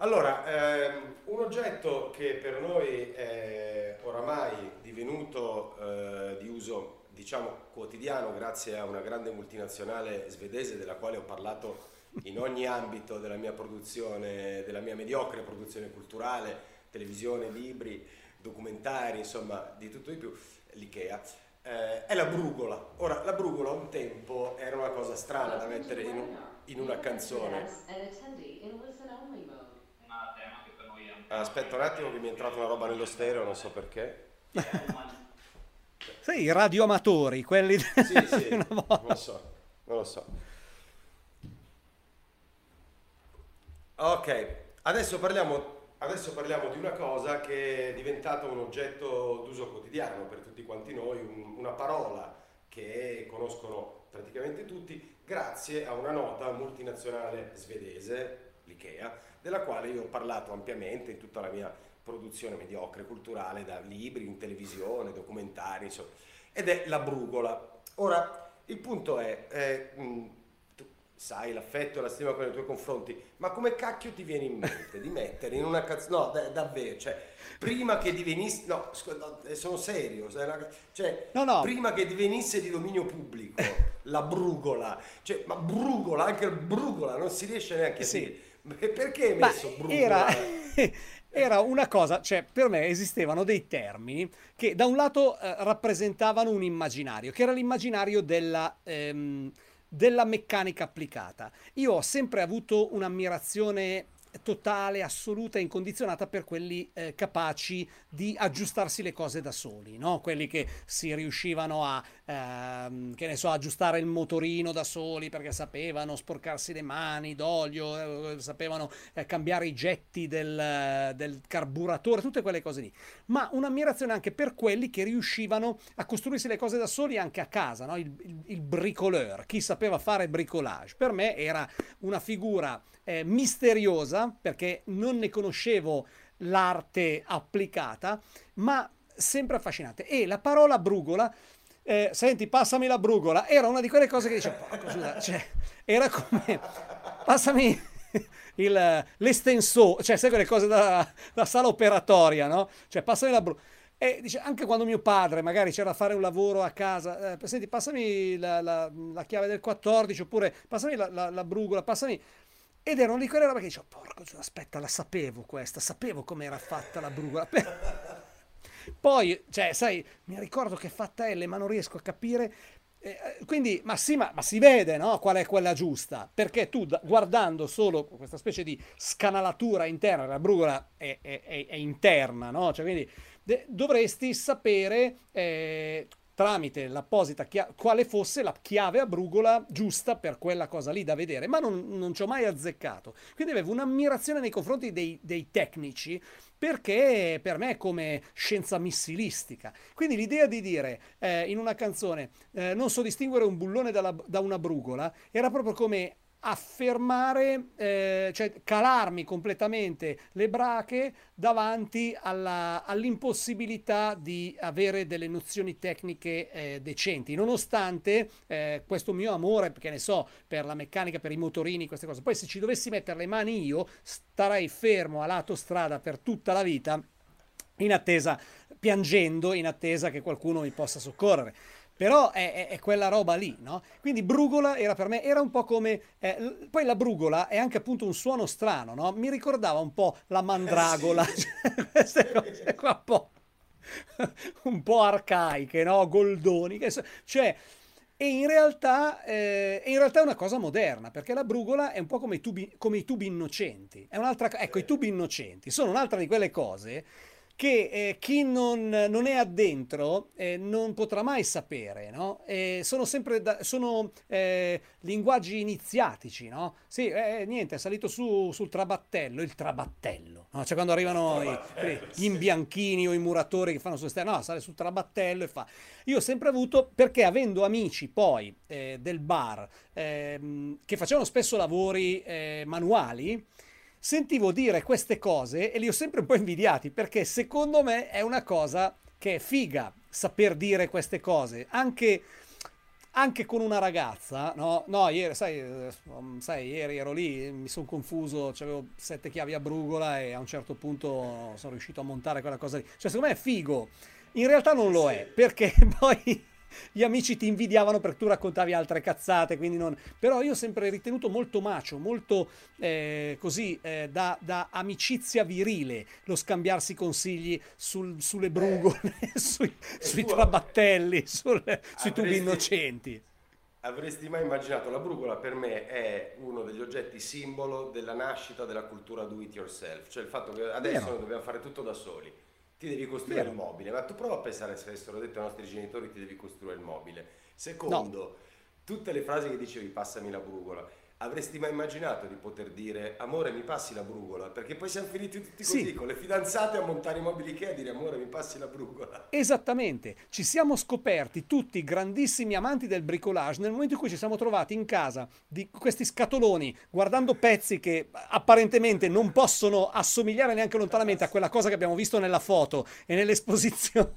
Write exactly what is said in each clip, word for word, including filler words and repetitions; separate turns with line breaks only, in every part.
Allora, ehm, un oggetto che per noi è oramai divenuto eh, di uso, diciamo, quotidiano grazie a una grande multinazionale svedese della quale ho parlato in ogni ambito della mia produzione, della mia mediocre produzione culturale, televisione, libri, documentari, insomma, di tutto di più, l'IKEA, eh, è la brugola. Ora, la brugola un tempo era una cosa strana da mettere in, un- in una canzone.
una tema che per noi è un
Ah,
tema
aspetta un
che
attimo che mi è entrata una roba nello stereo, non so perché.
chi è umano.
Sai, i radioamatori, quelli
Sì,
di una
sì, non lo
volta.
so, non lo so. Ok, adesso parliamo, adesso parliamo di una cosa che è diventata un oggetto d'uso quotidiano per tutti quanti noi, un- una parola che conoscono praticamente tutti grazie a una nota multinazionale svedese, l'IKEA, della quale io ho parlato ampiamente in tutta la mia produzione mediocre culturale, da libri, in televisione, documentari, insomma, ed è la brugola. Ora, il punto è, eh, mh, tu sai l'affetto e la stima con i tuoi confronti, ma come cacchio ti viene in mente di mettere in una canzone, no, da- davvero, cioè, prima che divenisse, no, scu- no, eh, sono serio, sai, una- cioè,
No, no,
prima che divenisse di dominio pubblico, la brugola, cioè, ma brugola, anche il brugola, non si riesce neanche a dire,
sì.
Ma perché hai
Ma
messo
era,
brugola?
era una cosa, cioè per me esistevano dei termini che da un lato eh, rappresentavano un immaginario, che era l'immaginario della, ehm, della meccanica applicata. Io ho sempre avuto un'ammirazione totale, assoluta e incondizionata per quelli eh, capaci di aggiustarsi le cose da soli, no? Quelli che si riuscivano a, ehm, che ne so, aggiustare il motorino da soli perché sapevano sporcarsi le mani d'olio, eh, sapevano eh, cambiare i getti del, del carburatore, tutte quelle cose lì. Ma un'ammirazione anche per quelli che riuscivano a costruirsi le cose da soli anche a casa, no? il, il, il bricoleur, chi sapeva fare bricolage. Per me era una figura eh, misteriosa perché non ne conoscevo l'arte applicata, ma sempre affascinante. E la parola brugola, eh, senti, passami la brugola, era una di quelle cose che dicevo, porco scusa, cioè, era come, passami il- l'estensore, cioè, sai quelle cose da, da sala operatoria, no? Cioè, passami la brugola. E dice, anche quando mio padre magari c'era da fare un lavoro a casa, eh, senti, passami la, la- la chiave del quattordici, oppure passami la, la- la brugola, passami... Ed erano di quelle robe che dicevo, porco, Giuda, aspetta, la sapevo questa, sapevo come era fatta la brugola. Poi, cioè, sai, mi ricordo che è fatta elle, ma non riesco a capire. Eh, quindi, ma sì, ma, ma si vede, no? Qual è quella giusta? Perché tu, da- guardando solo questa specie di scanalatura interna, la brugola è, è- è- è interna, no? Cioè, quindi de- dovresti sapere eh, tramite l'apposita chiave quale fosse la chiave a brugola giusta per quella cosa lì da vedere, ma non, non ci ho mai azzeccato. Quindi avevo un'ammirazione nei confronti dei, dei tecnici perché per me è come scienza missilistica. Quindi l'idea di dire eh, in una canzone eh, non so distinguere un bullone dalla- da una brugola era proprio come affermare, eh, cioè calarmi completamente le brache davanti alla- all'impossibilità di avere delle nozioni tecniche eh, decenti, nonostante eh, questo mio amore, che ne so, per la meccanica, per i motorini, queste cose. Poi se ci dovessi mettere le mani io, starei fermo a lato strada per tutta la vita in attesa, piangendo in attesa che qualcuno mi possa soccorrere. Però è, è- è quella roba lì, no? Quindi brugola era per me, era un po' come... eh, l- poi la brugola è anche appunto un suono strano, no? Mi ricordava un po' la
Eh
mandragola,
sì.
cioè, queste cose qua un po', un po' arcaiche, no? Goldoni, che so- cioè... E in realtà, eh, in realtà è una cosa moderna, perché la brugola è un po' come i tubi, come i tubi innocenti. È un'altra, co- ecco, i tubi innocenti sono un'altra di quelle cose che eh, chi non, non è addentro eh, non potrà mai sapere, no? E sono sempre da- sono eh, linguaggi iniziatici, no? Sì, eh, niente, è salito su sul trabattello, il trabattello, no? Cioè quando arrivano i- quelli-
Trabattello,
gli
sì.
imbianchini o i muratori che fanno sul esterno, no, sale sul trabattello e fa. Io ho sempre avuto, perché avendo amici poi eh, del bar ehm, che facevano spesso lavori eh, manuali, sentivo dire queste cose e li ho sempre un po' invidiati perché secondo me è una cosa che è figa saper dire queste cose, anche anche con una ragazza, no, no, ieri, sai, eh, sai, ieri ero lì, mi sono confuso, avevo sette chiavi a brugola e a un certo punto sono riuscito a montare quella cosa lì. Cioè, secondo me è figo. In realtà non lo è, perché poi gli amici ti invidiavano perché tu raccontavi altre cazzate, quindi non... Però io ho sempre ritenuto molto macio, molto eh, così, eh, da, da amicizia virile, lo scambiarsi consigli sul- sulle brugole, sui, sui
tu-
trabattelli, sul- sui tubi
Avresti-
innocenti.
Avresti mai immaginato? La brugola per me è uno degli oggetti simbolo della nascita della cultura do it yourself, cioè il fatto che adesso
Vero.
noi dobbiamo fare tutto da soli. Ti devi costruire
Vero.
il mobile, ma tu prova a pensare se avessero detto ai nostri genitori ti devi costruire il mobile. Secondo, tutte le frasi che dicevi passami la brugola, avresti mai immaginato di poter dire amore mi passi la brugola? Perché poi siamo finiti tutti così,
Sì.
con le fidanzate a montare i mobili che a dire amore mi passi la brugola.
Esattamente, ci siamo scoperti tutti grandissimi amanti del bricolage nel momento in cui ci siamo trovati in casa di questi scatoloni guardando pezzi che apparentemente non possono assomigliare neanche lontanamente a quella cosa che abbiamo visto nella foto e nell'esposizione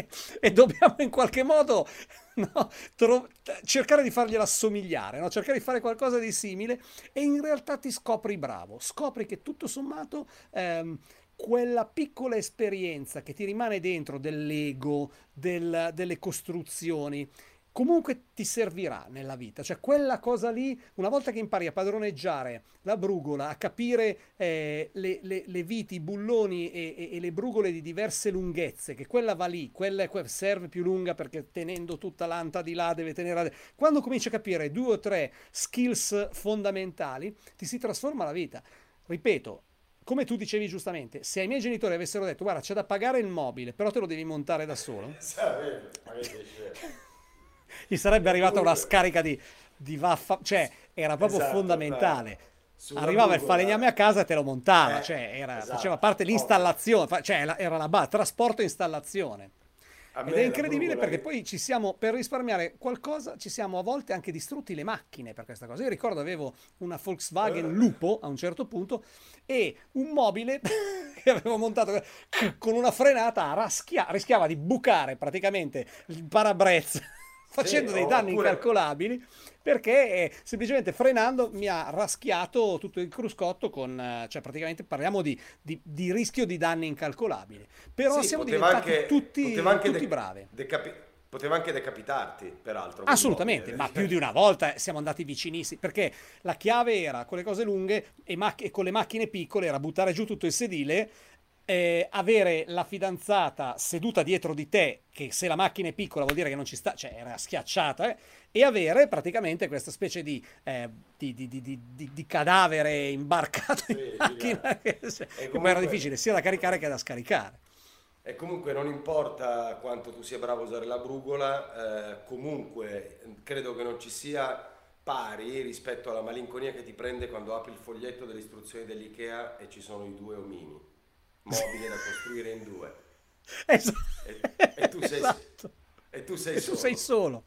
e dobbiamo in qualche modo no, tro- cercare di fargliela assomigliare, no? Cercare di fare qualcosa di simile e in realtà ti scopri bravo, scopri che tutto sommato ehm, quella piccola esperienza che ti rimane dentro dell'ego, del- delle costruzioni, comunque ti servirà nella vita. Cioè quella cosa lì, una volta che impari a padroneggiare la brugola, a capire eh, le, le- le viti, i bulloni e, e- e le brugole di diverse lunghezze, che quella va lì, quella que- serve più lunga perché tenendo tutta l'anta di là deve tenere... Quando cominci a capire due o tre skills fondamentali, ti si trasforma la vita. Ripeto, come tu dicevi giustamente, se ai miei genitori avessero detto guarda c'è da pagare il mobile, però te lo devi montare da solo,
Sapete, avete scelto.
gli sarebbe arrivata una
Comunque-
scarica di, di vaffa, cioè era proprio
Esatto,
fondamentale.
sulla
Arrivava il
brugola-
falegname a casa e te lo montava,
Eh,
cioè era-
esatto,
faceva parte l'installazione, fa- cioè era era la base, trasporto e installazione.
A me
Ed è
la
incredibile
brugola
perché
che-
poi ci siamo, per risparmiare qualcosa, ci siamo a volte anche distrutti le macchine per questa cosa. Io ricordo avevo una Volkswagen
Eh.
Lupo a un certo punto e un mobile che avevo montato con una frenata raschia- rischiava di bucare praticamente il parabrezza facendo dei danni
oppure-
incalcolabili perché eh, semplicemente frenando mi ha raschiato tutto il cruscotto con, eh, cioè praticamente parliamo di, di- di rischio di danni incalcolabili. Però
Sì,
siamo
poteva
diventati
anche-
tutti,
poteva anche
tutti
de-
bravi.
decapi- poteva anche decapitarti, peraltro.
Assolutamente,
quel
ma
mobile.
più di una volta siamo andati vicinissimi perché la chiave era con le cose lunghe e, mac- e con le macchine piccole era buttare giù tutto il sedile, eh, avere la fidanzata seduta dietro di te, che se la macchina è piccola vuol dire che non ci sta, cioè era schiacciata, eh, e avere praticamente questa specie di, eh, di, di- di- di- di- di cadavere imbarcato in
Sì,
macchina, che, che
E
poi era
comunque-
difficile sia da caricare che da scaricare.
E comunque non importa quanto tu sia bravo a usare la brugola, eh, comunque credo che non ci sia pari rispetto alla malinconia che ti prende quando apri il foglietto delle istruzioni dell'IKEA e ci sono i due omini, mobile da costruire in due.
Esatto.
E, e tu sei,
Esatto.
e tu sei
E tu
solo.
sei solo.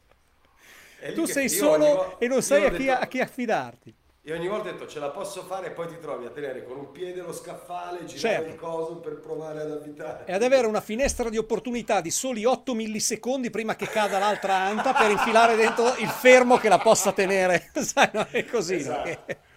È lì
Tu
che
sei
io ogni
solo
vo-
e non
io
sai
ho
a chi,
detto-
a chi affidarti.
E ogni volta ho detto ce la posso fare e poi ti trovi a tenere con un piede lo scaffale, girare
Certo.
il coso per provare ad avvitare.
E ad avere una finestra di opportunità di soli otto millisecondi prima che cada l'altra anta per infilare dentro il fermo che la possa tenere. Sai, no? È così. no?
Esatto.
Che-